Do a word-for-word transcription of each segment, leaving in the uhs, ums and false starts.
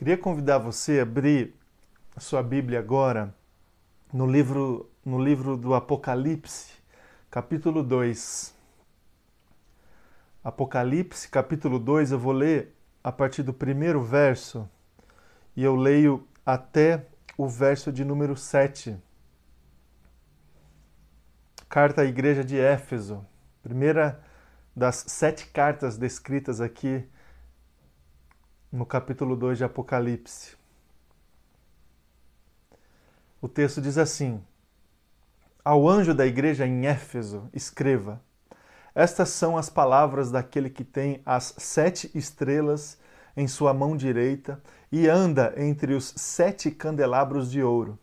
Queria convidar você a abrir a sua Bíblia agora no livro, no livro do Apocalipse, capítulo dois. Apocalipse, capítulo dois, eu vou ler a partir do primeiro verso e eu leio até o verso de número sete. Carta à Igreja de Éfeso, primeira das sete cartas descritas aqui no capítulo dois de Apocalipse. O texto diz assim: Ao anjo da igreja em Éfeso, escreva: Estas são as palavras daquele que tem as sete estrelas em sua mão direita e anda entre os sete candelabros de ouro.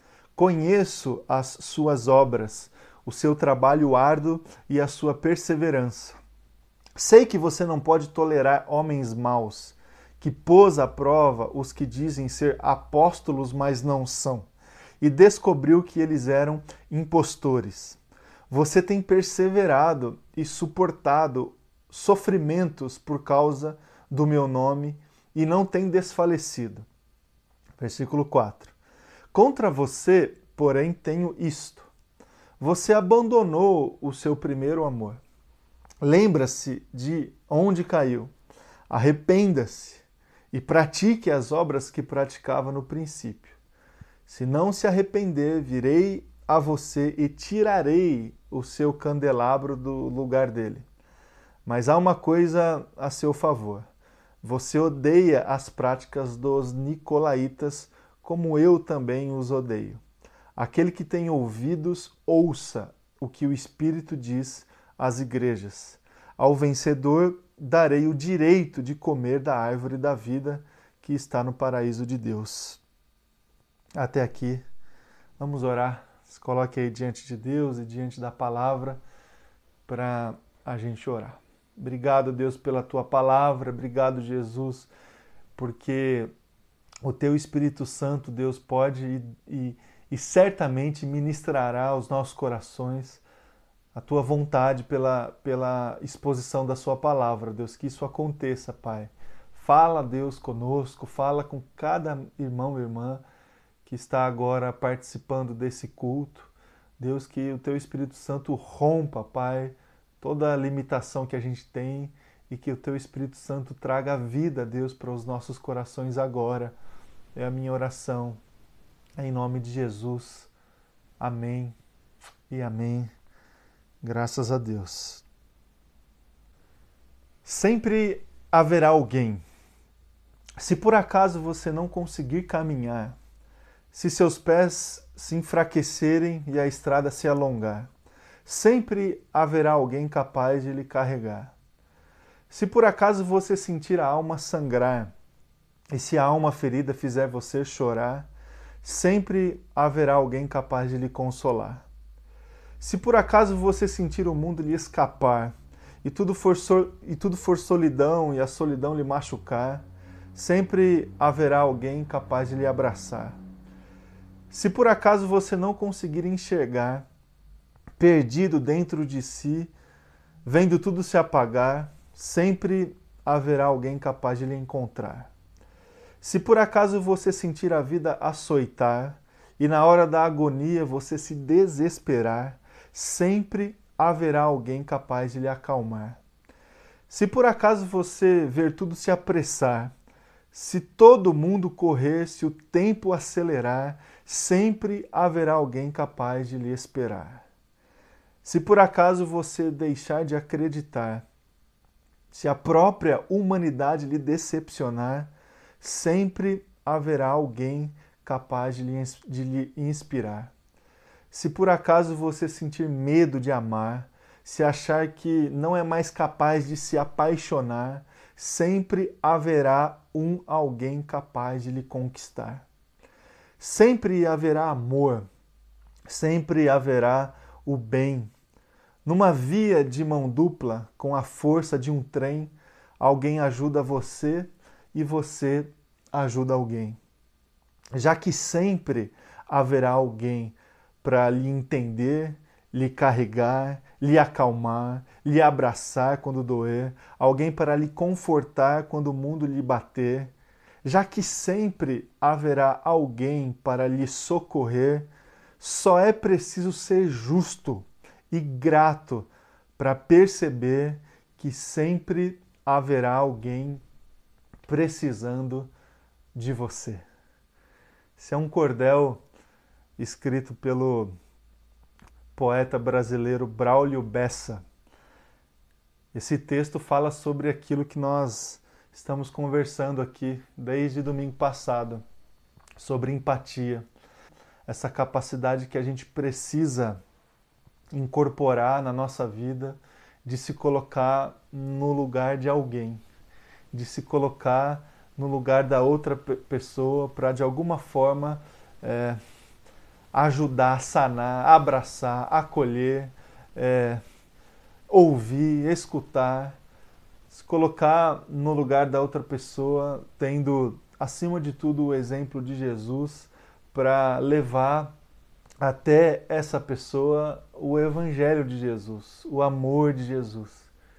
Conheço as suas obras, o seu trabalho árduo e a sua perseverança. Sei que você não pode tolerar homens maus, que pôs à prova os que dizem ser apóstolos, mas não são, e descobriu que eles eram impostores. Você tem perseverado e suportado sofrimentos por causa do meu nome e não tem desfalecido. Versículo quatro. Contra você, porém, tenho isto. Você abandonou o seu primeiro amor. Lembra-se de onde caiu. Arrependa-se e pratique as obras que praticava no princípio. Se não se arrepender, virei a você e tirarei o seu candelabro do lugar dele. Mas há uma coisa a seu favor. Você odeia as práticas dos nicolaítas, como eu também os odeio. Aquele que tem ouvidos, ouça o que o Espírito diz às igrejas. Ao vencedor darei o direito de comer da árvore da vida que está no paraíso de Deus. Até aqui, vamos orar. Se coloque aí diante de Deus e diante da palavra para a gente orar. Obrigado, Deus, pela tua palavra. Obrigado, Jesus, porque o teu Espírito Santo, Deus, pode e, e, e certamente ministrará aos nossos corações a tua vontade pela, pela exposição da sua palavra, Deus, que isso aconteça, Pai. Fala, Deus, conosco, fala com cada irmão e irmã que está agora participando desse culto. Deus, que o teu Espírito Santo rompa, Pai, toda a limitação que a gente tem e que o teu Espírito Santo traga vida, Deus, para os nossos corações agora. É a minha oração. Em nome de Jesus. Amém e amém. Graças a Deus. Sempre haverá alguém. Se por acaso você não conseguir caminhar, se seus pés se enfraquecerem e a estrada se alongar, sempre haverá alguém capaz de lhe carregar. Se por acaso você sentir a alma sangrar, e se a alma ferida fizer você chorar, sempre haverá alguém capaz de lhe consolar. Se por acaso você sentir o mundo lhe escapar, e tudo for, so, e tudo for solidão e a solidão lhe machucar, sempre haverá alguém capaz de lhe abraçar. Se por acaso você não conseguir enxergar, perdido dentro de si, vendo tudo se apagar, sempre haverá alguém capaz de lhe encontrar. Se por acaso você sentir a vida açoitar e na hora da agonia você se desesperar, sempre haverá alguém capaz de lhe acalmar. Se por acaso você ver tudo se apressar, se todo mundo correr, se o tempo acelerar, sempre haverá alguém capaz de lhe esperar. Se por acaso você deixar de acreditar, se a própria humanidade lhe decepcionar, sempre haverá alguém capaz de lhe, de lhe inspirar. Se por acaso você sentir medo de amar, se achar que não é mais capaz de se apaixonar, sempre haverá um alguém capaz de lhe conquistar. Sempre haverá amor, sempre haverá o bem. Numa via de mão dupla, com a força de um trem, alguém ajuda você e você ajuda alguém. Já que sempre haverá alguém para lhe entender, lhe carregar, lhe acalmar, lhe abraçar quando doer, alguém para lhe confortar quando o mundo lhe bater. Já que sempre haverá alguém para lhe socorrer, só é preciso ser justo e grato para perceber que sempre haverá alguém precisando de você. Esse é um cordel escrito pelo poeta brasileiro Braulio Bessa. Esse texto fala sobre aquilo que nós estamos conversando aqui desde domingo passado, sobre empatia, essa capacidade que a gente precisa incorporar na nossa vida de se colocar no lugar de alguém, de se colocar no lugar da outra pessoa para de alguma forma é, ajudar, sanar, abraçar, acolher, é, ouvir, escutar, se colocar no lugar da outra pessoa, tendo acima de tudo o exemplo de Jesus para levar até essa pessoa o evangelho de Jesus, o amor de Jesus,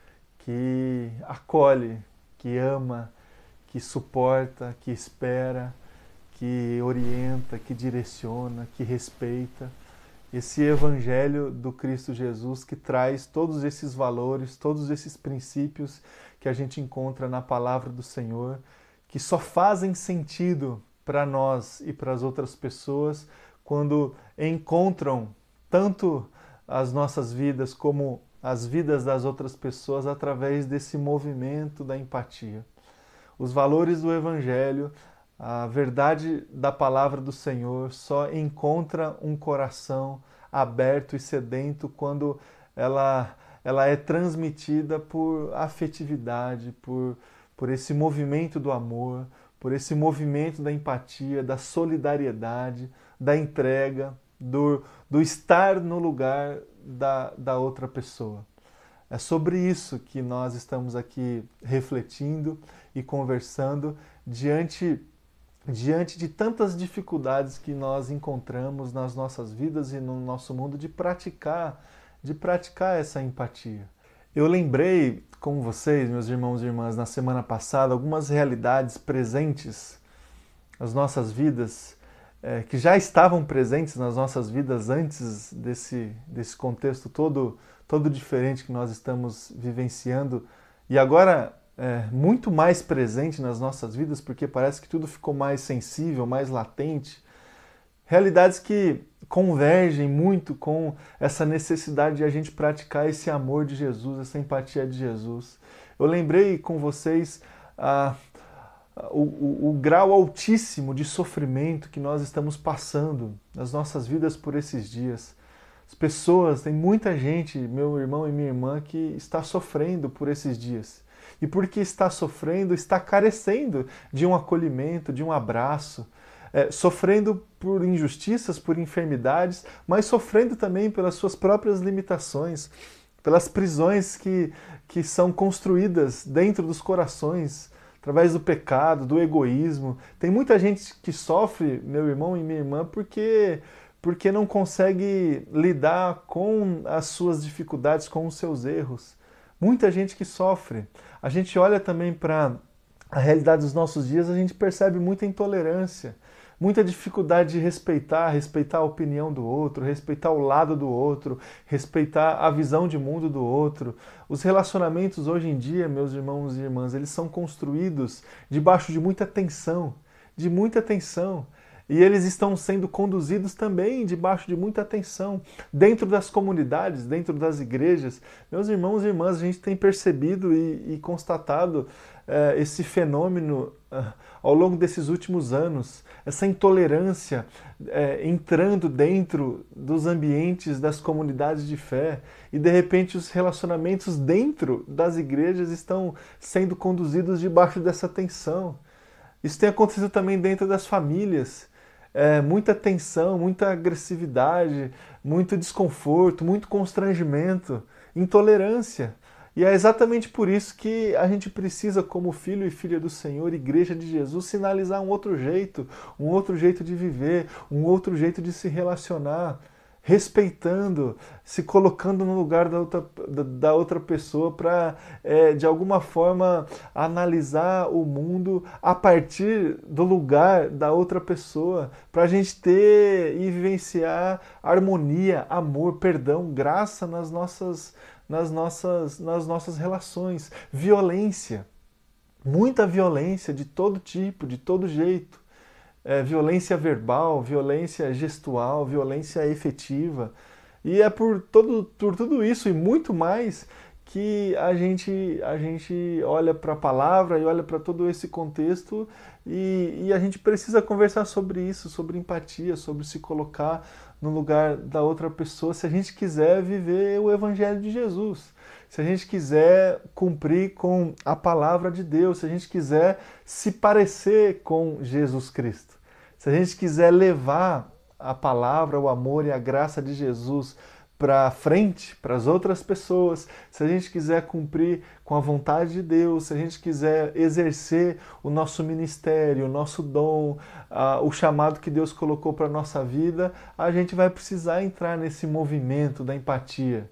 que acolhe, que ama, que suporta, que espera, que orienta, que direciona, que respeita. Esse evangelho do Cristo Jesus que traz todos esses valores, todos esses princípios que a gente encontra na palavra do Senhor, que só fazem sentido para nós e para as outras pessoas quando encontram tanto as nossas vidas como as vidas das outras pessoas através desse movimento da empatia. Os valores do evangelho, a verdade da palavra do Senhor só encontra um coração aberto e sedento quando ela, ela é transmitida por afetividade, por, por esse movimento do amor, por esse movimento da empatia, da solidariedade, da entrega, do, do estar no lugar da, da outra pessoa. É sobre isso que nós estamos aqui refletindo e conversando diante diante de tantas dificuldades que nós encontramos nas nossas vidas e no nosso mundo de praticar, de praticar essa empatia. Eu lembrei com vocês, meus irmãos e irmãs, na semana passada, algumas realidades presentes nas nossas vidas, é, que já estavam presentes nas nossas vidas antes desse, desse contexto todo, todo diferente que nós estamos vivenciando, e agora É, muito mais presente nas nossas vidas, porque parece que tudo ficou mais sensível, mais latente. Realidades que convergem muito com essa necessidade de a gente praticar esse amor de Jesus, essa empatia de Jesus. Eu lembrei com vocês ah, o, o, o grau altíssimo de sofrimento que nós estamos passando nas nossas vidas por esses dias. As pessoas, tem muita gente, meu irmão e minha irmã, que está sofrendo por esses dias. E porque está sofrendo, está carecendo de um acolhimento, de um abraço, é, sofrendo por injustiças, por enfermidades, mas sofrendo também pelas suas próprias limitações, pelas prisões que, que são construídas dentro dos corações, através do pecado, do egoísmo. Tem muita gente que sofre, meu irmão e minha irmã, porque, porque não consegue lidar com as suas dificuldades, com os seus erros. Muita gente que sofre. A gente olha também para a realidade dos nossos dias, a gente percebe muita intolerância, muita dificuldade de respeitar, respeitar a opinião do outro, respeitar o lado do outro, respeitar a visão de mundo do outro. Os relacionamentos hoje em dia, meus irmãos e irmãs, eles são construídos debaixo de muita tensão, de muita tensão. E eles estão sendo conduzidos também debaixo de muita tensão, dentro das comunidades, dentro das igrejas. Meus irmãos e irmãs, a gente tem percebido e, e constatado eh, esse fenômeno eh, ao longo desses últimos anos, essa intolerância eh, entrando dentro dos ambientes das comunidades de fé, e de repente os relacionamentos dentro das igrejas estão sendo conduzidos debaixo dessa tensão. Isso tem acontecido também dentro das famílias. É, muita tensão, muita agressividade, muito desconforto, muito constrangimento, intolerância. E é exatamente por isso que a gente precisa, como filho e filha do Senhor, Igreja de Jesus, sinalizar um outro jeito, um outro jeito de viver, um outro jeito de se relacionar. respeitando, se colocando no lugar da outra, da, da outra pessoa para, é, de alguma forma, analisar o mundo a partir do lugar da outra pessoa, para a gente ter e vivenciar harmonia, amor, perdão, graça nas nossas, nas nossas, nas nossas relações. Violência, muita violência de todo tipo, de todo jeito. É, violência verbal, violência gestual, violência efetiva. E é por, todo, por tudo isso e muito mais que a gente, a gente olha para a palavra e olha para todo esse contexto e, e a gente precisa conversar sobre isso, sobre empatia, sobre se colocar no lugar da outra pessoa, se a gente quiser viver o Evangelho de Jesus. Se a gente quiser cumprir com a palavra de Deus, se a gente quiser se parecer com Jesus Cristo, se a gente quiser levar a palavra, o amor e a graça de Jesus para frente, para as outras pessoas, se a gente quiser cumprir com a vontade de Deus, se a gente quiser exercer o nosso ministério, o nosso dom, uh, o chamado que Deus colocou para a nossa vida, a gente vai precisar entrar nesse movimento da empatia.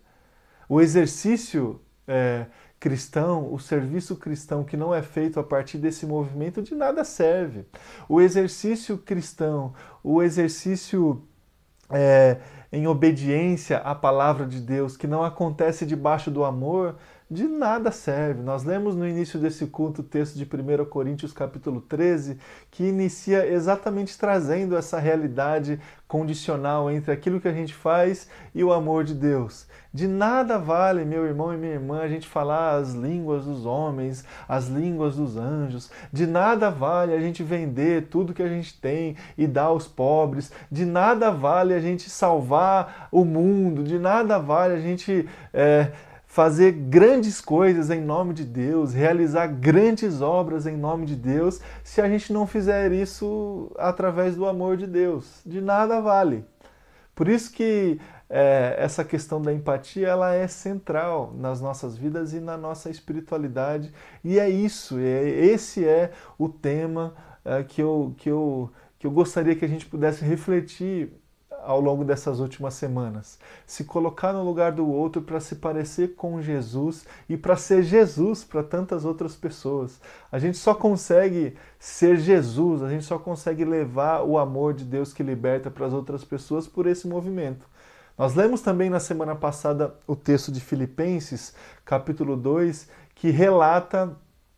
O exercício é, cristão, o serviço cristão que não é feito a partir desse movimento, de nada serve. O exercício cristão, o exercício é, em obediência à palavra de Deus, que não acontece debaixo do amor, de nada serve. Nós lemos no início desse culto o texto de primeira Coríntios capítulo treze, que inicia exatamente trazendo essa realidade condicional entre aquilo que a gente faz e o amor de Deus. De nada vale, meu irmão e minha irmã, a gente falar as línguas dos homens, as línguas dos anjos. De nada vale a gente vender tudo que a gente tem e dar aos pobres. De nada vale a gente salvar o mundo. De nada vale a gente é, fazer grandes coisas em nome de Deus, realizar grandes obras em nome de Deus, se a gente não fizer isso através do amor de Deus. De nada vale. Por isso que é, essa questão da empatia ela é central nas nossas vidas e na nossa espiritualidade. E é isso, é, esse é o tema é, que, eu, que, eu, que eu gostaria que a gente pudesse refletir ao longo dessas últimas semanas. Se colocar no lugar do outro para se parecer com Jesus e para ser Jesus para tantas outras pessoas. A gente só consegue ser Jesus, a gente só consegue levar o amor de Deus que liberta para as outras pessoas por esse movimento. Nós lemos também na semana passada o texto de Filipenses, capítulo dois, que relata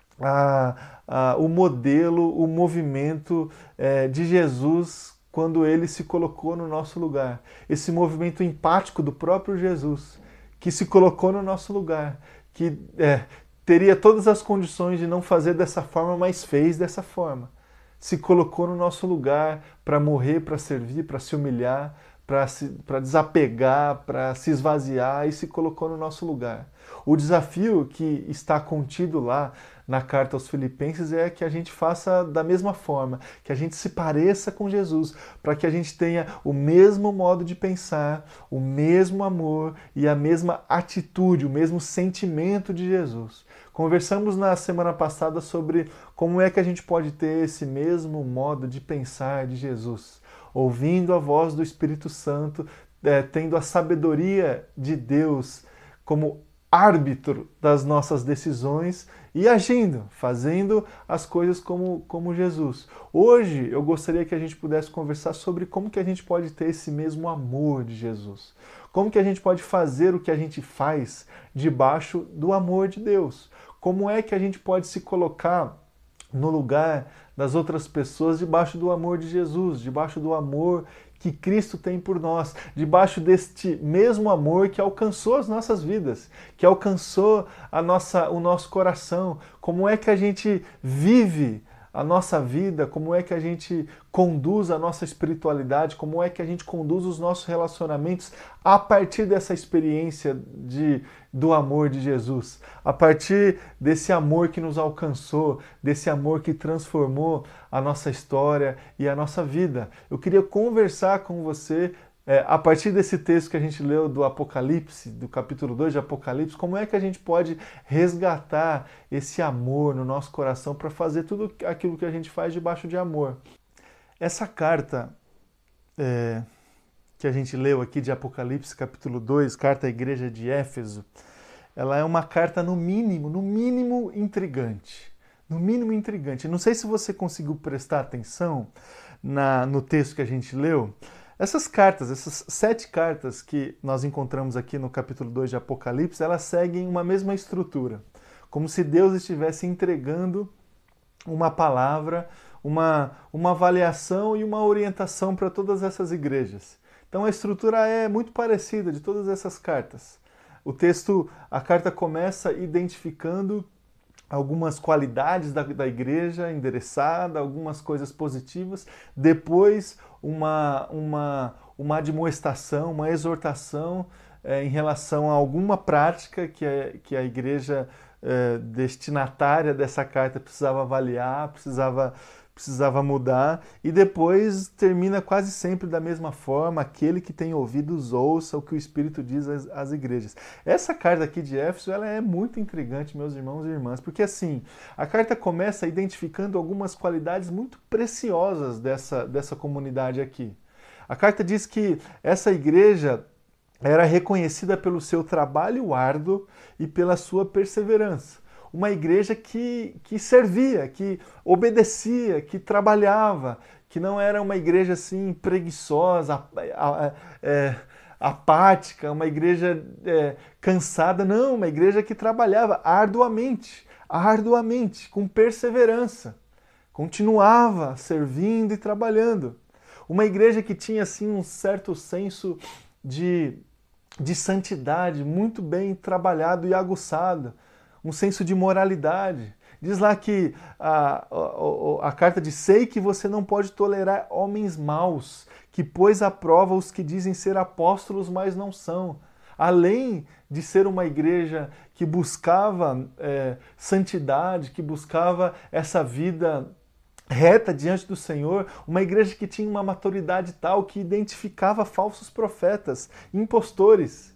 a, a, o modelo, o movimento é, de Jesus quando ele se colocou no nosso lugar. Esse movimento empático do próprio Jesus, que se colocou no nosso lugar, que é, teria todas as condições de não fazer dessa forma, mas fez dessa forma. Se colocou no nosso lugar para morrer, para servir, para se humilhar, para desapegar, para se esvaziar e se colocou no nosso lugar. O desafio que está contido lá na carta aos Filipenses é que a gente faça da mesma forma, que a gente se pareça com Jesus, para que a gente tenha o mesmo modo de pensar, o mesmo amor e a mesma atitude, o mesmo sentimento de Jesus. Conversamos na semana passada sobre como é que a gente pode ter esse mesmo modo de pensar de Jesus, ouvindo a voz do Espírito Santo, é, tendo a sabedoria de Deus como árbitro das nossas decisões e agindo, fazendo as coisas como, como Jesus. Hoje eu gostaria que a gente pudesse conversar sobre como que a gente pode ter esse mesmo amor de Jesus. Como que a gente pode fazer o que a gente faz debaixo do amor de Deus. Como é que a gente pode se colocar no lugar das outras pessoas debaixo do amor de Jesus, debaixo do amor que Cristo tem por nós, debaixo deste mesmo amor que alcançou as nossas vidas, que alcançou a nossa, o nosso coração. Como é que a gente vive a nossa vida, como é que a gente conduz a nossa espiritualidade, como é que a gente conduz os nossos relacionamentos a partir dessa experiência de, do amor de Jesus, a partir desse amor que nos alcançou, desse amor que transformou a nossa história e a nossa vida. Eu queria conversar com você É, a partir desse texto que a gente leu do Apocalipse, do capítulo dois de Apocalipse, como é que a gente pode resgatar esse amor no nosso coração para fazer tudo aquilo que a gente faz debaixo de amor? Essa carta é, que a gente leu aqui de Apocalipse capítulo dois, carta à igreja de Éfeso, ela é uma carta no mínimo, no mínimo intrigante. No mínimo intrigante. Não sei se você conseguiu prestar atenção na, no texto que a gente leu. Essas cartas, essas sete cartas que nós encontramos aqui no capítulo dois de Apocalipse, elas seguem uma mesma estrutura. Como se Deus estivesse entregando uma palavra, uma, uma avaliação e uma orientação para todas essas igrejas. Então a estrutura é muito parecida de todas essas cartas. O texto, a carta começa identificando algumas qualidades da, da igreja endereçada, algumas coisas positivas, depois uma, uma, uma admoestação, uma exortação é, em relação a alguma prática que a, que a igreja é, destinatária dessa carta precisava avaliar, precisava, precisava mudar, e depois termina quase sempre da mesma forma: aquele que tem ouvidos ouça o que o Espírito diz às, às igrejas. Essa carta aqui de Éfeso, ela é muito intrigante, meus irmãos e irmãs, porque assim, a carta começa identificando algumas qualidades muito preciosas dessa, dessa comunidade aqui. A carta diz que essa igreja era reconhecida pelo seu trabalho árduo e pela sua perseverança. Uma igreja que, que servia, que obedecia, que trabalhava, que não era uma igreja assim preguiçosa, é, apática, uma igreja é, cansada, não, uma igreja que trabalhava arduamente, arduamente, com perseverança, continuava servindo e trabalhando. Uma igreja que tinha assim um certo senso de, de santidade muito bem trabalhado e aguçado, um senso de moralidade. Diz lá que a, a, a carta diz: sei que você não pode tolerar homens maus, que pôs à prova os que dizem ser apóstolos, mas não são. Além de ser uma igreja que buscava é, santidade, que buscava essa vida reta diante do Senhor, uma igreja que tinha uma maturidade tal que identificava falsos profetas, impostores.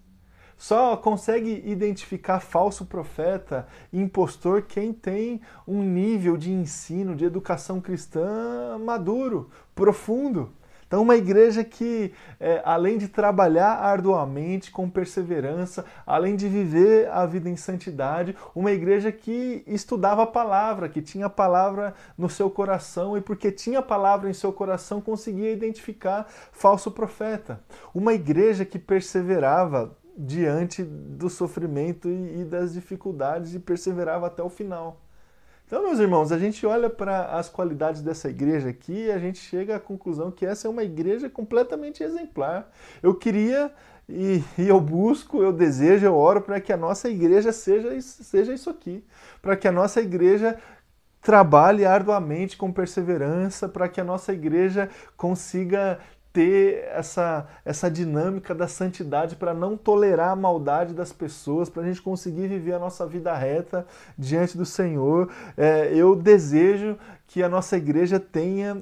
Só consegue identificar falso profeta e impostor quem tem um nível de ensino, de educação cristã maduro, profundo. Então, uma igreja que, é, além de trabalhar arduamente, com perseverança, além de viver a vida em santidade, uma igreja que estudava a palavra, que tinha a palavra no seu coração e, porque tinha a palavra em seu coração, conseguia identificar falso profeta. Uma igreja que perseverava diante do sofrimento e das dificuldades e perseverava até o final. Então, meus irmãos, a gente olha para as qualidades dessa igreja aqui e a gente chega à conclusão que essa é uma igreja completamente exemplar. Eu queria e, e eu busco, eu desejo, eu oro para que a nossa igreja seja, seja isso aqui, para que a nossa igreja trabalhe arduamente com perseverança, para que a nossa igreja consiga ter essa, essa dinâmica da santidade para não tolerar a maldade das pessoas, para a gente conseguir viver a nossa vida reta diante do Senhor. É, eu desejo que a nossa igreja tenha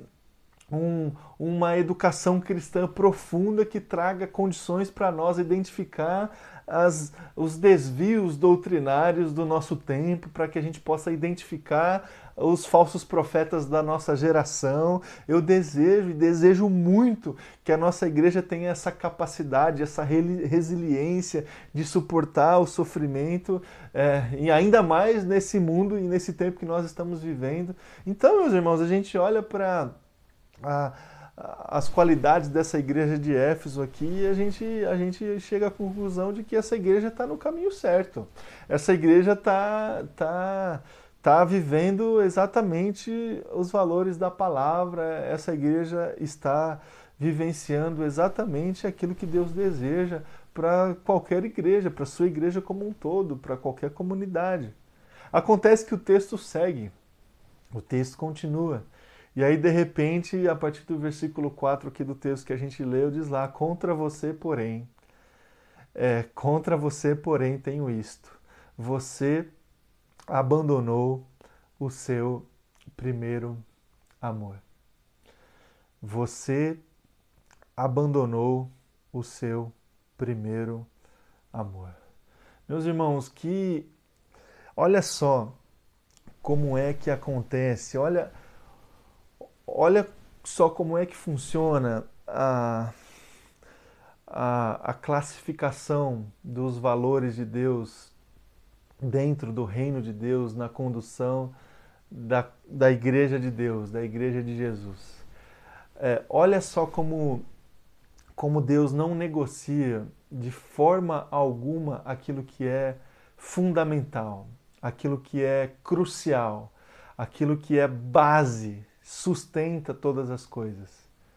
um, uma educação cristã profunda que traga condições para nós identificar as, os desvios doutrinários do nosso tempo, para que a gente possa identificar os falsos profetas da nossa geração. Eu desejo e desejo muito que a nossa igreja tenha essa capacidade, essa resiliência de suportar o sofrimento, é, e ainda mais nesse mundo e nesse tempo que nós estamos vivendo. Então, meus irmãos, a gente olha para as qualidades dessa igreja de Éfeso aqui e a gente, a gente chega à conclusão de que essa igreja está no caminho certo. Essa igreja está tá, tá vivendo exatamente os valores da palavra, essa igreja está vivenciando exatamente aquilo que Deus deseja para qualquer igreja, para a sua igreja como um todo, para qualquer comunidade. Acontece que o texto segue, o texto continua. E aí, de repente, a partir do versículo quatro aqui do texto que a gente leu, diz lá: contra você, porém, é, contra você, porém, tenho isto. Você abandonou o seu primeiro amor. Você abandonou o seu primeiro amor. Meus irmãos, que olha só como é que acontece, olha... Olha só como é que funciona a, a, a classificação dos valores de Deus dentro do reino de Deus, na condução da, da igreja de Deus, da igreja de Jesus. É, olha só como, como Deus não negocia de forma alguma aquilo que é fundamental, aquilo que é crucial, aquilo que é base, sustenta todas as coisas.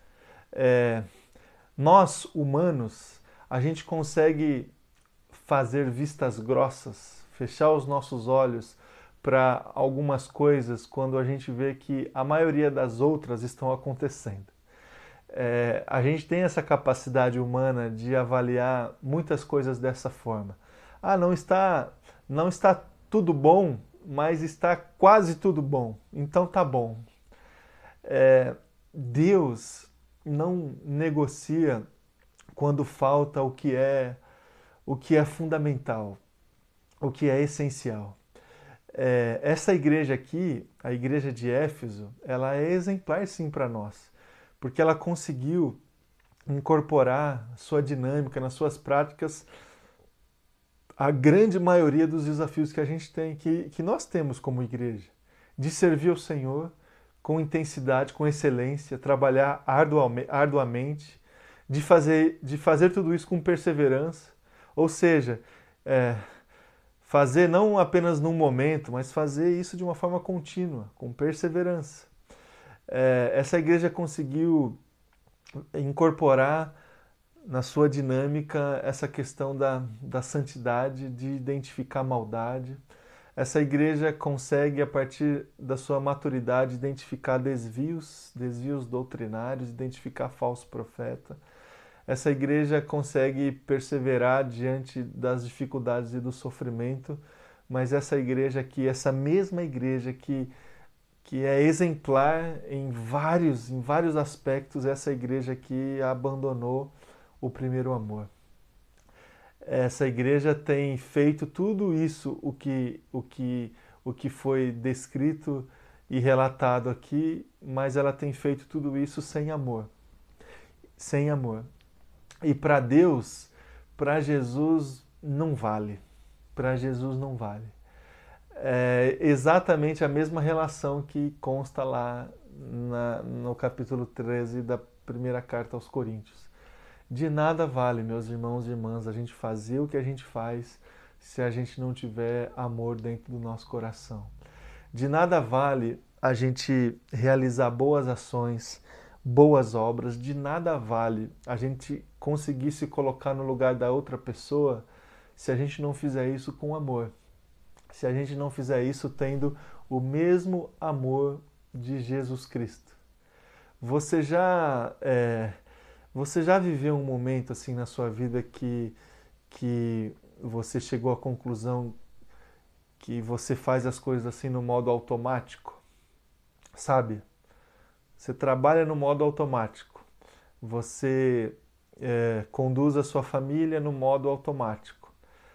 É, nós, humanos, a gente consegue fazer vistas grossas, fechar os nossos olhos para algumas coisas quando a gente vê que a maioria das outras estão acontecendo. É, a gente tem essa capacidade humana de avaliar muitas coisas dessa forma. Ah, não está, não está tudo bom, mas está quase tudo bom, então tá bom. É, Deus não negocia quando falta o que é o que é fundamental, o que é essencial. É, essa igreja aqui, a igreja de Éfeso, ela é exemplar sim para nós, porque ela conseguiu incorporar sua dinâmica nas suas práticas a grande maioria dos desafios que a gente tem, que, que nós temos como igreja, de servir ao Senhor com intensidade, com excelência, trabalhar arduamente, de fazer, de fazer tudo isso com perseverança, ou seja, é, fazer não apenas num momento, mas fazer isso de uma forma contínua, com perseverança. É, essa igreja conseguiu incorporar na sua dinâmica essa questão da, da santidade, de identificar maldade. Essa igreja consegue, a partir da sua maturidade, identificar desvios, desvios doutrinários, identificar falso profeta. Essa igreja consegue perseverar diante das dificuldades e do sofrimento, mas essa igreja aqui, essa mesma igreja que, que é exemplar em vários, em vários aspectos, essa igreja que abandonou o primeiro amor. Essa igreja tem feito tudo isso, o que, o que, o que foi descrito e relatado aqui, mas ela tem feito tudo isso sem amor. Sem amor. E para Deus, para Jesus, não vale. Para Jesus não vale. É exatamente a mesma relação que consta lá na, no capítulo treze da primeira carta aos Coríntios. De nada vale, meus irmãos e irmãs, a gente fazer o que a gente faz se a gente não tiver amor dentro do nosso coração. De nada vale a gente realizar boas ações, boas obras, de nada vale a gente conseguir se colocar no lugar da outra pessoa se a gente não fizer isso com amor. Se a gente não fizer isso tendo o mesmo amor de Jesus Cristo. Você já... É, Você já viveu um momento assim na sua vida que, que você chegou à conclusão que você faz as coisas assim no modo automático? Sabe? Você trabalha no modo automático. Você é, conduz a sua família no modo automático.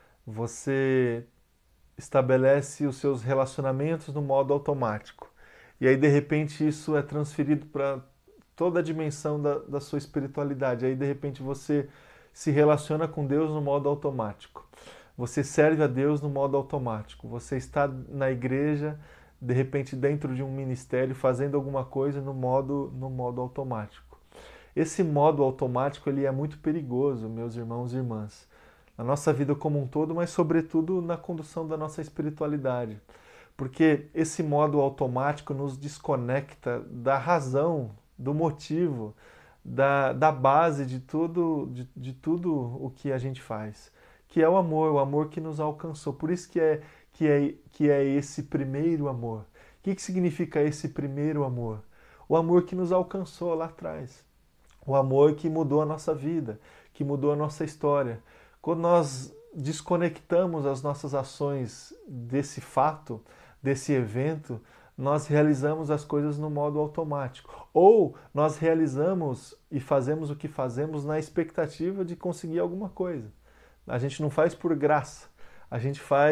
Você estabelece os seus relacionamentos no modo automático. E aí, de repente, isso é transferido para toda a dimensão da, da sua espiritualidade. Aí, de repente, você se relaciona com Deus no modo automático. Você serve a Deus no modo automático. Você está na igreja, de repente, dentro de um ministério, fazendo alguma coisa no modo, no modo automático. Esse modo automático ele é muito perigoso, meus irmãos e irmãs. Na nossa vida como um todo, mas, sobretudo, na condução da nossa espiritualidade. Porque esse modo automático nos desconecta da razão, do motivo, da, da base de tudo, de, de tudo o que a gente faz, que é o amor, o amor que nos alcançou. Por isso que é, que é, que é esse primeiro amor. O que, que significa esse primeiro amor? O amor que nos alcançou lá atrás. O amor que mudou a nossa vida, que mudou a nossa história. Quando nós desconectamos as nossas ações desse fato, desse evento, nós realizamos as coisas no modo automático. Ou nós realizamos e fazemos o que fazemos na expectativa de conseguir alguma coisa. A gente não faz por graça, a gente faz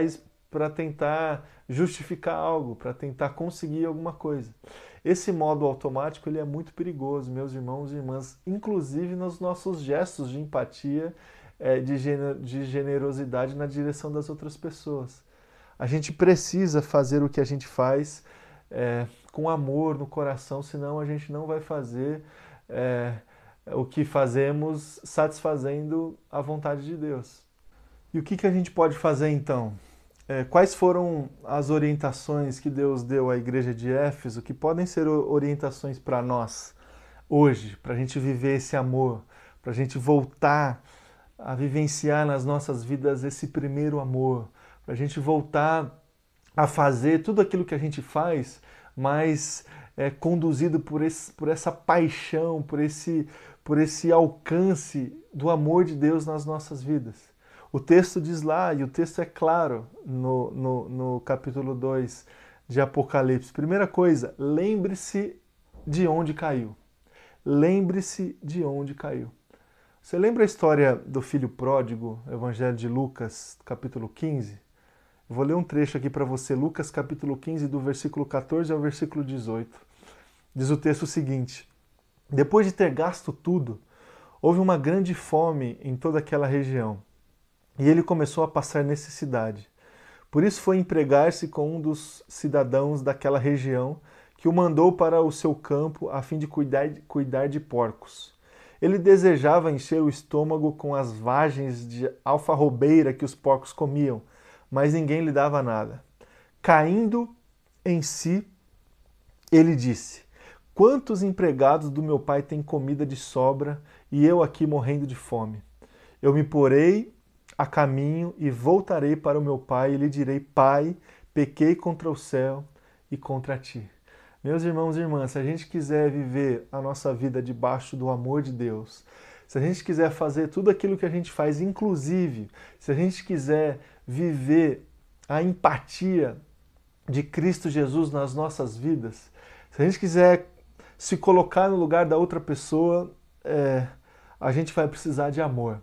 para tentar justificar algo, para tentar conseguir alguma coisa. Esse modo automático ele é muito perigoso, meus irmãos e irmãs, inclusive nos nossos gestos de empatia, é, de, gener de generosidade na direção das outras pessoas. A gente precisa fazer o que a gente faz é, com amor no coração, senão a gente não vai fazer é, o que fazemos satisfazendo a vontade de Deus. E o que, que a gente pode fazer então? É, quais foram as orientações que Deus deu à igreja de Éfeso que podem ser orientações para nós hoje, para a gente viver esse amor, para a gente voltar a vivenciar nas nossas vidas esse primeiro amor, para a gente voltar a fazer tudo aquilo que a gente faz, mas é, conduzido por, esse, por essa paixão, por esse, por esse alcance do amor de Deus nas nossas vidas. O texto diz lá, e o texto é claro no, no, no capítulo dois de Apocalipse. Primeira coisa, lembre-se de onde caiu. Lembre-se de onde caiu. Você lembra a história do filho pródigo, Evangelho de Lucas, capítulo quinze? Eu vou ler um trecho aqui para você, Lucas capítulo quinze, do versículo quatorze ao versículo dezoito. Diz o texto o seguinte: depois de ter gasto tudo, houve uma grande fome em toda aquela região. E ele começou a passar necessidade. Por isso foi empregar-se com um dos cidadãos daquela região, que o mandou para o seu campo a fim de cuidar, de cuidar de porcos. Ele desejava encher o estômago com as vagens de alfarrobeira que os porcos comiam, mas ninguém lhe dava nada. Caindo em si, ele disse: quantos empregados do meu pai têm comida de sobra e eu aqui morrendo de fome? Eu me porei a caminho e voltarei para o meu pai e lhe direi: Pai, pequei contra o céu e contra ti. Meus irmãos e irmãs, se a gente quiser viver a nossa vida debaixo do amor de Deus, se a gente quiser fazer tudo aquilo que a gente faz, inclusive, se a gente quiser viver a empatia de Cristo Jesus nas nossas vidas, se a gente quiser se colocar no lugar da outra pessoa, é, a gente vai precisar de amor.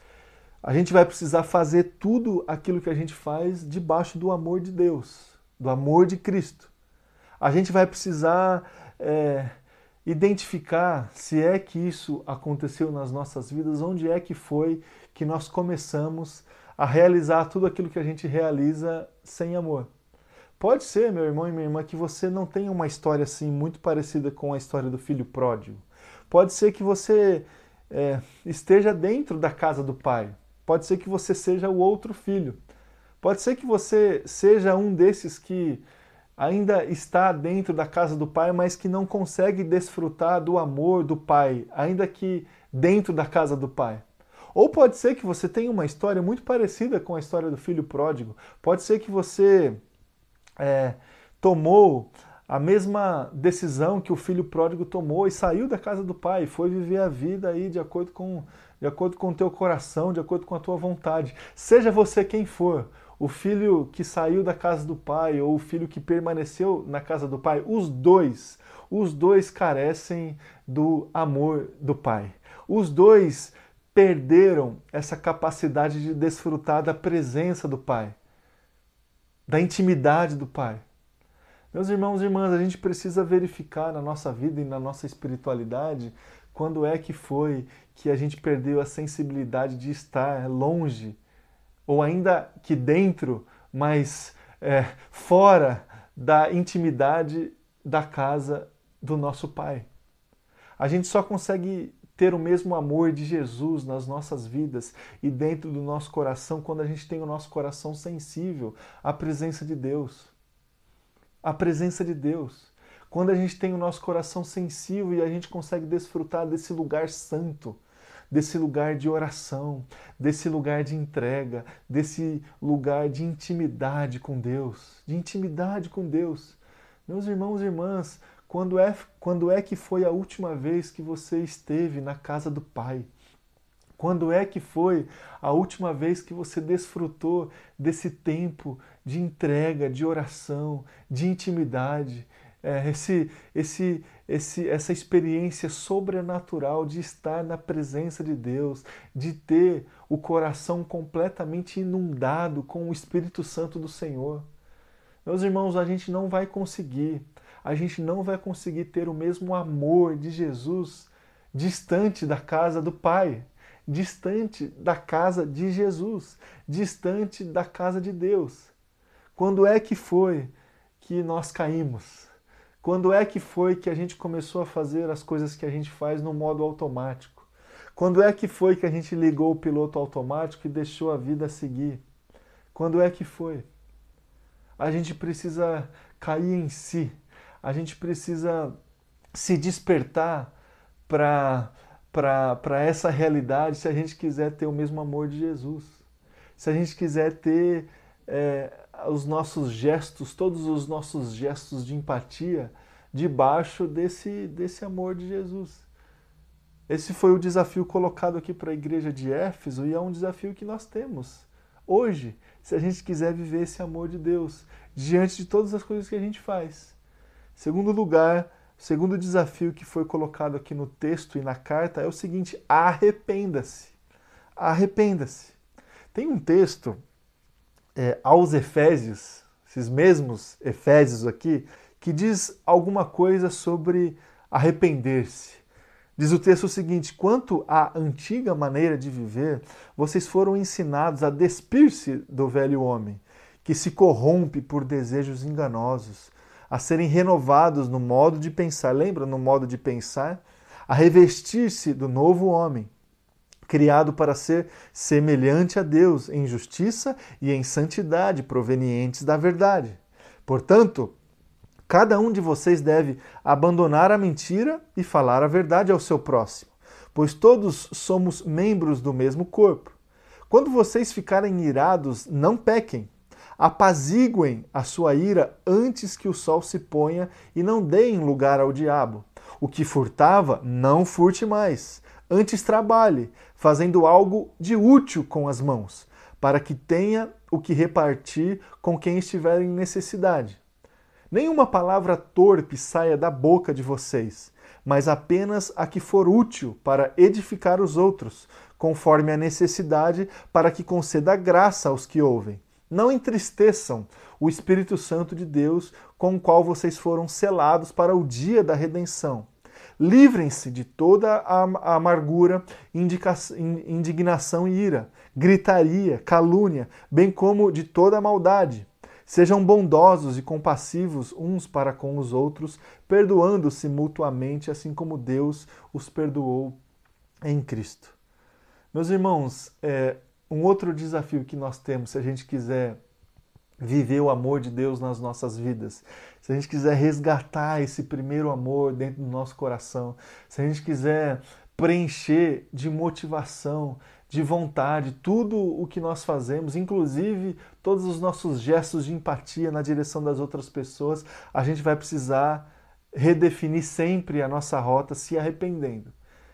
A gente vai precisar fazer tudo aquilo que a gente faz debaixo do amor de Deus, do amor de Cristo. A gente vai precisar é, identificar se é que isso aconteceu nas nossas vidas, onde é que foi que nós começamos a realizar tudo aquilo que a gente realiza sem amor. Pode ser, meu irmão e minha irmã, que você não tenha uma história assim muito parecida com a história do filho pródigo. Pode ser que você é, esteja dentro da casa do pai. Pode ser que você seja o outro filho. Pode ser que você seja um desses que ainda está dentro da casa do pai, mas que não consegue desfrutar do amor do pai, ainda que dentro da casa do pai. Ou pode ser que você tenha uma história muito parecida com a história do filho pródigo. Pode ser que você é, tomou a mesma decisão que o filho pródigo tomou e saiu da casa do pai, foi viver a vida aí de acordo com, de acordo com o teu coração, de acordo com a tua vontade. Seja você quem for, o filho que saiu da casa do pai ou o filho que permaneceu na casa do pai, os dois, os dois carecem do amor do pai. Os dois perderam essa capacidade de desfrutar da presença do pai, da intimidade do pai. Meus irmãos e irmãs, a gente precisa verificar na nossa vida e na nossa espiritualidade quando é que foi que a gente perdeu a sensibilidade de estar longe, ou ainda que dentro, mas é, fora da intimidade da casa do nosso Pai. A gente só consegue ter o mesmo amor de Jesus nas nossas vidas e dentro do nosso coração quando a gente tem o nosso coração sensível à presença de Deus. A presença de Deus. Quando a gente tem o nosso coração sensível e a gente consegue desfrutar desse lugar santo, desse lugar de oração, desse lugar de entrega, desse lugar de intimidade com Deus, de intimidade com Deus. Meus irmãos e irmãs, quando é, quando é que foi a última vez que você esteve na casa do Pai? Quando é que foi a última vez que você desfrutou desse tempo de entrega, de oração, de intimidade, é, esse, esse, esse, essa experiência sobrenatural de estar na presença de Deus, de ter o coração completamente inundado com o Espírito Santo do Senhor. Meus irmãos, a gente não vai conseguir, a gente não vai conseguir ter o mesmo amor de Jesus distante da casa do Pai, distante da casa de Jesus, distante da casa de Deus. Quando é que foi que nós caímos? Quando é que foi que a gente começou a fazer as coisas que a gente faz no modo automático? Quando é que foi que a gente ligou o piloto automático e deixou a vida seguir? Quando é que foi? A gente precisa cair em si, a gente precisa se despertar para para essa realidade se a gente quiser ter o mesmo amor de Jesus. Se a gente quiser ter é, os nossos gestos, todos os nossos gestos de empatia debaixo desse, desse amor de Jesus. Esse foi o desafio colocado aqui para a igreja de Éfeso e é um desafio que nós temos hoje, se a gente quiser viver esse amor de Deus diante de todas as coisas que a gente faz. Segundo lugar, segundo desafio que foi colocado aqui no texto e na carta é o seguinte: arrependa-se. Arrependa-se. Tem um texto é, aos Efésios, esses mesmos Efésios aqui, que diz alguma coisa sobre arrepender-se. Diz o texto o seguinte: quanto à antiga maneira de viver, vocês foram ensinados a despir-se do velho homem, que se corrompe por desejos enganosos, a serem renovados no modo de pensar. Lembra no modo de pensar? A revestir-se do novo homem, criado para ser semelhante a Deus em justiça e em santidade provenientes da verdade. Portanto, cada um de vocês deve abandonar a mentira e falar a verdade ao seu próximo, pois todos somos membros do mesmo corpo. Quando vocês ficarem irados, não pequem. Apaziguem a sua ira antes que o sol se ponha e não deem lugar ao diabo. O que furtava, não furte mais. Antes trabalhe, fazendo algo de útil com as mãos, para que tenha o que repartir com quem estiver em necessidade. Nenhuma palavra torpe saia da boca de vocês, mas apenas a que for útil para edificar os outros, conforme a necessidade, para que conceda graça aos que ouvem. Não entristeçam o Espírito Santo de Deus, com o qual vocês foram selados para o dia da redenção. Livrem-se de toda a amargura, indignação e ira, gritaria, calúnia, bem como de toda a maldade. Sejam bondosos e compassivos uns para com os outros, perdoando-se mutuamente, assim como Deus os perdoou em Cristo. Meus irmãos, é, um outro desafio que nós temos, se a gente quiser viver o amor de Deus nas nossas vidas, se a gente quiser resgatar esse primeiro amor dentro do nosso coração, se a gente quiser preencher de motivação, de vontade, tudo o que nós fazemos, inclusive todos os nossos gestos de empatia na direção das outras pessoas, a gente vai precisar redefinir sempre a nossa rota se arrependendo.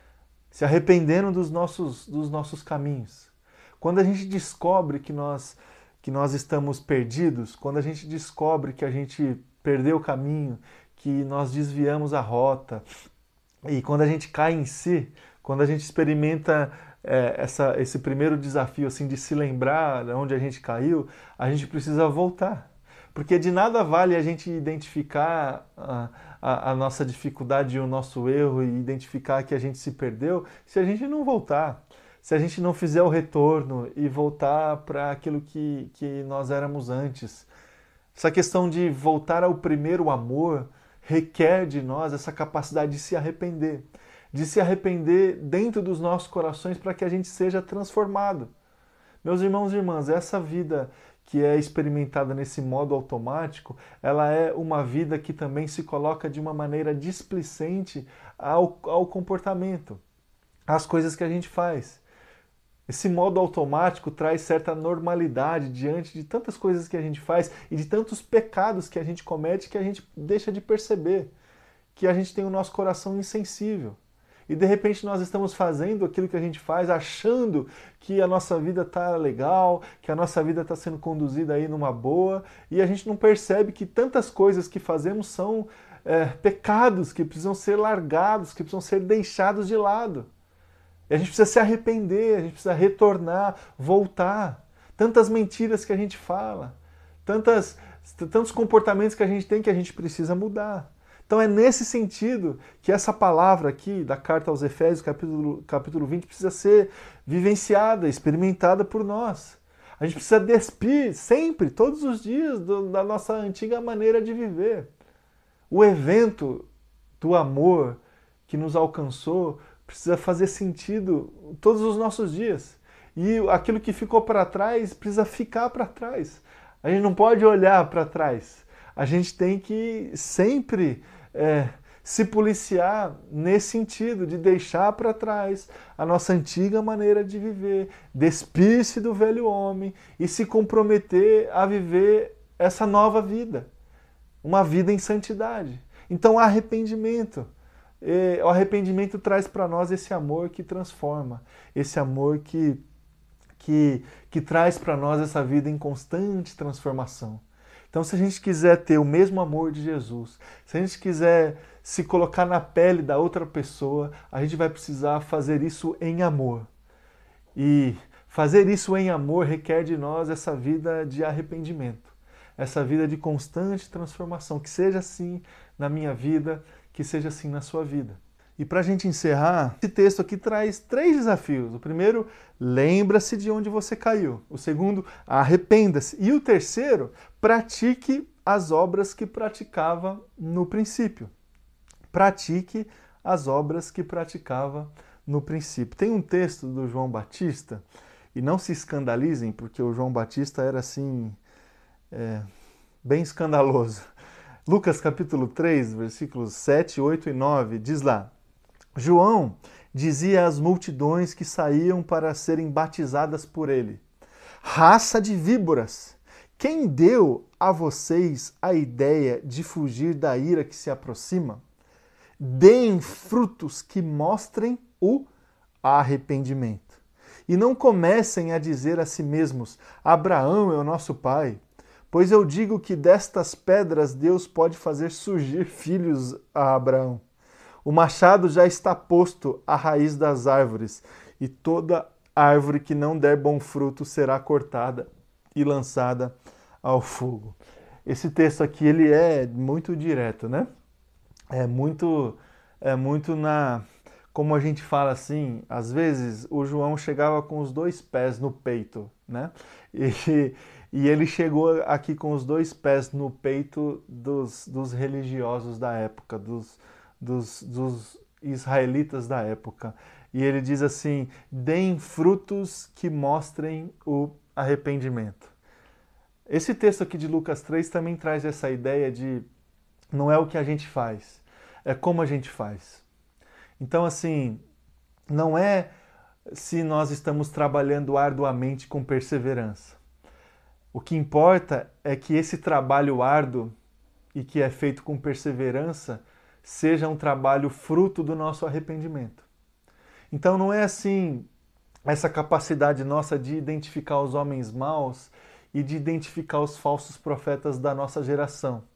Se arrependendo dos nossos, dos nossos caminhos. Quando a gente descobre que nós, que nós estamos perdidos, quando a gente descobre que a gente perdeu o caminho, que nós desviamos a rota, e quando a gente cai em si, quando a gente experimenta é, essa, esse primeiro desafio assim, de se lembrar de onde a gente caiu, a gente precisa voltar. Porque de nada vale a gente identificar a, a, a nossa dificuldade e o nosso erro e identificar que a gente se perdeu se a gente não voltar. Se a gente não fizer o retorno e voltar para aquilo que, que nós éramos antes. Essa questão de voltar ao primeiro amor requer de nós essa capacidade de se arrepender. De se arrepender dentro dos nossos corações para que a gente seja transformado. Meus irmãos e irmãs, essa vida que é experimentada nesse modo automático, ela é uma vida que também se coloca de uma maneira displicente ao, ao comportamento, às coisas que a gente faz. Esse modo automático traz certa normalidade diante de tantas coisas que a gente faz e de tantos pecados que a gente comete que a gente deixa de perceber, que a gente tem o nosso coração insensível. E de repente nós estamos fazendo aquilo que a gente faz, achando que a nossa vida está legal, que a nossa vida está sendo conduzida aí numa boa, e a gente não percebe que tantas coisas que fazemos são é, pecados que precisam ser largados, que precisam ser deixados de lado. E a gente precisa se arrepender, a gente precisa retornar, voltar. Tantas mentiras que a gente fala, tantas, tantos comportamentos que a gente tem que a gente precisa mudar. Então é nesse sentido que essa palavra aqui da carta aos Efésios, capítulo, capítulo vinte, precisa ser vivenciada, experimentada por nós. A gente precisa despir sempre, todos os dias, do, da nossa antiga maneira de viver. O evento do amor que nos alcançou precisa fazer sentido todos os nossos dias. E aquilo que ficou para trás precisa ficar para trás. A gente não pode olhar para trás. A gente tem que sempre é, se policiar nesse sentido, de deixar para trás a nossa antiga maneira de viver, despir-se do velho homem e se comprometer a viver essa nova vida, uma vida em santidade. Então, arrependimento. E o arrependimento traz para nós esse amor que transforma, esse amor que, que, que traz para nós essa vida em constante transformação. Então, se a gente quiser ter o mesmo amor de Jesus, se a gente quiser se colocar na pele da outra pessoa, a gente vai precisar fazer isso em amor. E fazer isso em amor requer de nós essa vida de arrependimento, essa vida de constante transformação, que seja assim na minha vida, que seja assim na sua vida. E para a gente encerrar, esse texto aqui traz três desafios. O primeiro, lembra-se de onde você caiu. O segundo, arrependa-se. E o terceiro, pratique as obras que praticava no princípio. Pratique as obras que praticava no princípio. Tem um texto do João Batista, e não se escandalizem, porque o João Batista era assim, é, bem escandaloso. Lucas capítulo três, versículos sete, oito e nove, diz lá: João dizia às multidões que saíam para serem batizadas por ele: raça de víboras, quem deu a vocês a ideia de fugir da ira que se aproxima? Deem frutos que mostrem o arrependimento. E não comecem a dizer a si mesmos: Abraão é o nosso pai. Pois eu digo que destas pedras Deus pode fazer surgir filhos a Abraão. O machado já está posto à raiz das árvores, e toda árvore que não der bom fruto será cortada e lançada ao fogo. Esse texto aqui ele é muito direto, né? É muito, é muito na... Como a gente fala assim, às vezes o João chegava com os dois pés no peito, né? E, e ele chegou aqui com os dois pés no peito dos, dos religiosos da época, dos, dos, dos israelitas da época. E ele diz assim: deem frutos que mostrem o arrependimento. Esse texto aqui de Lucas três também traz essa ideia de não é o que a gente faz, é como a gente faz. Então, assim, não é se nós estamos trabalhando arduamente com perseverança. O que importa é que esse trabalho árduo e que é feito com perseverança seja um trabalho fruto do nosso arrependimento. Então não é assim essa capacidade nossa de identificar os homens maus e de identificar os falsos profetas da nossa geração.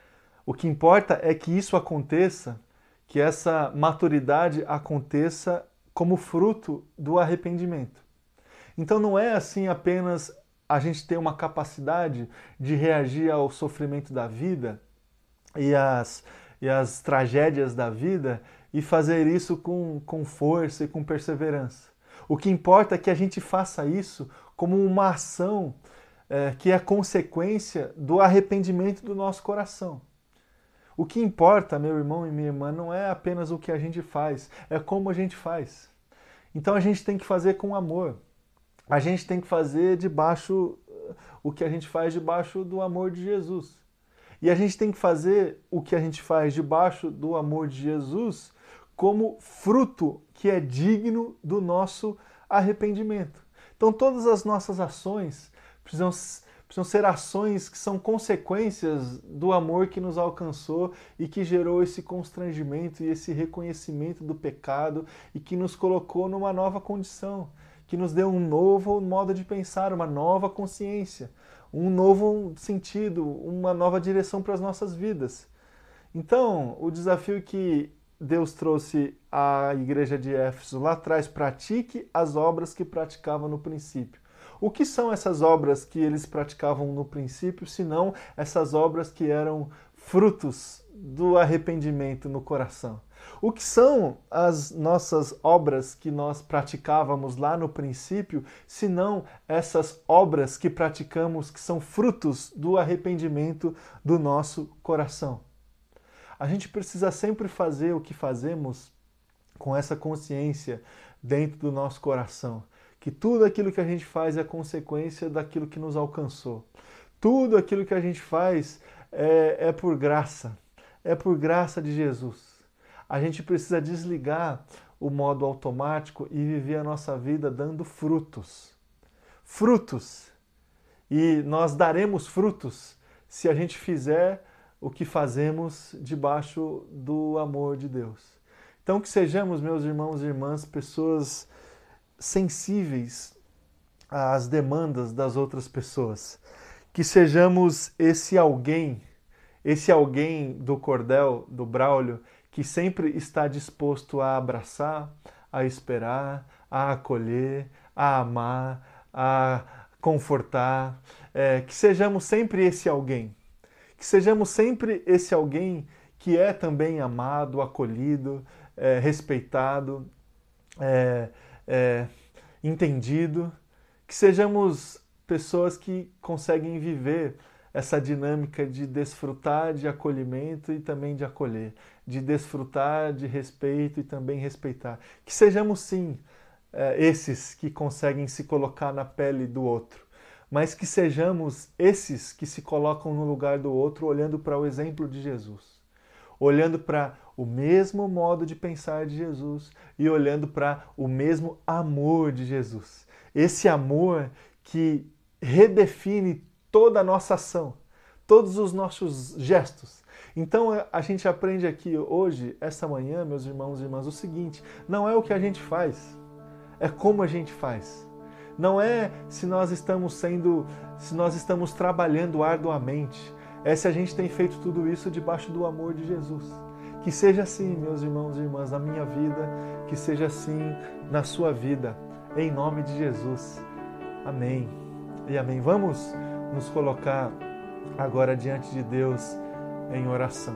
O que importa é que isso aconteça, que essa maturidade aconteça como fruto do arrependimento. Então não é assim apenas a gente ter uma capacidade de reagir ao sofrimento da vida e às, e às tragédias da vida e fazer isso com, com força e com perseverança. O que importa é que a gente faça isso como uma ação é, que é consequência do arrependimento do nosso coração. O que importa, meu irmão e minha irmã, não é apenas o que a gente faz, é como a gente faz. Então a gente tem que fazer com amor. A gente tem que fazer debaixo, o que a gente faz debaixo do amor de Jesus. E a gente tem que fazer o que a gente faz debaixo do amor de Jesus como fruto que é digno do nosso arrependimento. Então todas as nossas ações precisam Precisam ser ações que são consequências do amor que nos alcançou e que gerou esse constrangimento e esse reconhecimento do pecado e que nos colocou numa nova condição, que nos deu um novo modo de pensar, uma nova consciência, um novo sentido, uma nova direção para as nossas vidas. Então, o desafio que Deus trouxe à igreja de Éfeso lá atrás: pratique as obras que praticava no princípio. O que são essas obras que eles praticavam no princípio, senão essas obras que eram frutos do arrependimento no coração? O que são as nossas obras que nós praticávamos lá no princípio, senão essas obras que praticamos que são frutos do arrependimento do nosso coração? A gente precisa sempre fazer o que fazemos com essa consciência dentro do nosso coração, que tudo aquilo que a gente faz é consequência daquilo que nos alcançou. Tudo aquilo que a gente faz é, é por graça, é por graça de Jesus. A gente precisa desligar o modo automático e viver a nossa vida dando frutos. Frutos. E nós daremos frutos se a gente fizer o que fazemos debaixo do amor de Deus. Então que sejamos, meus irmãos e irmãs, pessoas sensíveis às demandas das outras pessoas. Que sejamos esse alguém, esse alguém do cordel, do Braulio, que sempre está disposto a abraçar, a esperar, a acolher, a amar, a confortar. É, que sejamos sempre esse alguém. Que sejamos sempre esse alguém que é também amado, acolhido, é, respeitado, é, é, entendido. Que sejamos pessoas que conseguem viver essa dinâmica de desfrutar de acolhimento e também de acolher, de desfrutar de respeito e também respeitar. Que sejamos, sim, esses que conseguem se colocar na pele do outro, mas que sejamos esses que se colocam no lugar do outro olhando para o exemplo de Jesus, olhando para o mesmo modo de pensar de Jesus e olhando para o mesmo amor de Jesus. Esse amor que redefine toda a nossa ação, todos os nossos gestos. Então a gente aprende aqui hoje, essa manhã, meus irmãos e irmãs, o seguinte: não é o que a gente faz, é como a gente faz. Não é se nós estamos sendo, se nós estamos trabalhando arduamente, é se a gente tem feito tudo isso debaixo do amor de Jesus. Que seja assim, meus irmãos e irmãs, na minha vida, que seja assim na sua vida, em nome de Jesus. Amém e amém. Vamos nos colocar agora diante de Deus em oração.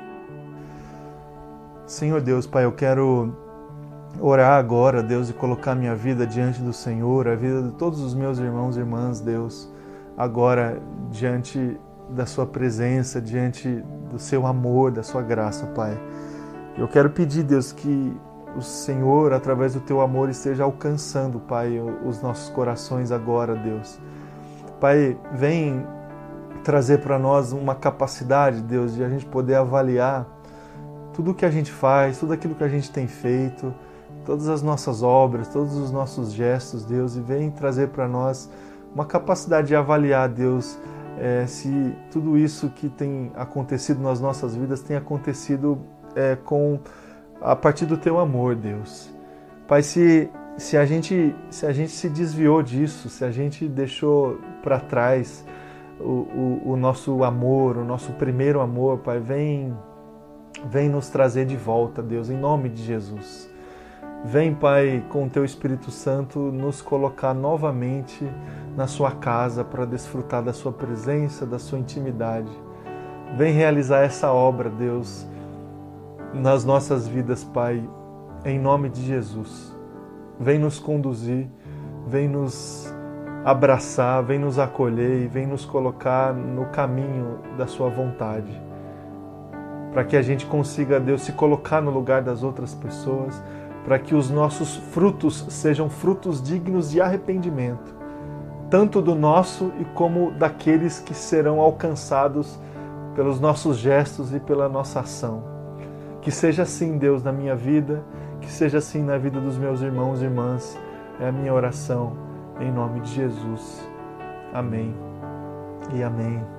Senhor Deus, Pai, eu quero orar agora, Deus, e colocar minha vida diante do Senhor, a vida de todos os meus irmãos e irmãs, Deus, agora diante da Sua presença, diante do Seu amor, da Sua graça, Pai. Eu quero pedir, Deus, que o Senhor, através do Teu amor, esteja alcançando, Pai, os nossos corações agora, Deus. Pai, vem trazer para nós uma capacidade, Deus, de a gente poder avaliar tudo o que a gente faz, tudo aquilo que a gente tem feito, todas as nossas obras, todos os nossos gestos, Deus, e vem trazer para nós uma capacidade de avaliar, Deus, é, se tudo isso que tem acontecido nas nossas vidas tem acontecido é, com, a partir do Teu amor, Deus. Pai, se, se, a gente, se a gente se desviou disso, se a gente deixou para trás o, o, o nosso amor, o nosso primeiro amor, Pai, vem, vem nos trazer de volta, Deus, em nome de Jesus. Vem, Pai, com o Teu Espírito Santo nos colocar novamente na Sua casa para desfrutar da Sua presença, da Sua intimidade. Vem realizar essa obra, Deus, nas nossas vidas, Pai, em nome de Jesus. Vem nos conduzir, vem nos abraçar, vem nos acolher e vem nos colocar no caminho da Sua vontade. Para que a gente consiga, Deus, se colocar no lugar das outras pessoas, para que os nossos frutos sejam frutos dignos de arrependimento, tanto do nosso e como daqueles que serão alcançados pelos nossos gestos e pela nossa ação. Que seja assim, Deus, na minha vida, que seja assim na vida dos meus irmãos e irmãs. É a minha oração, em nome de Jesus. Amém e amém.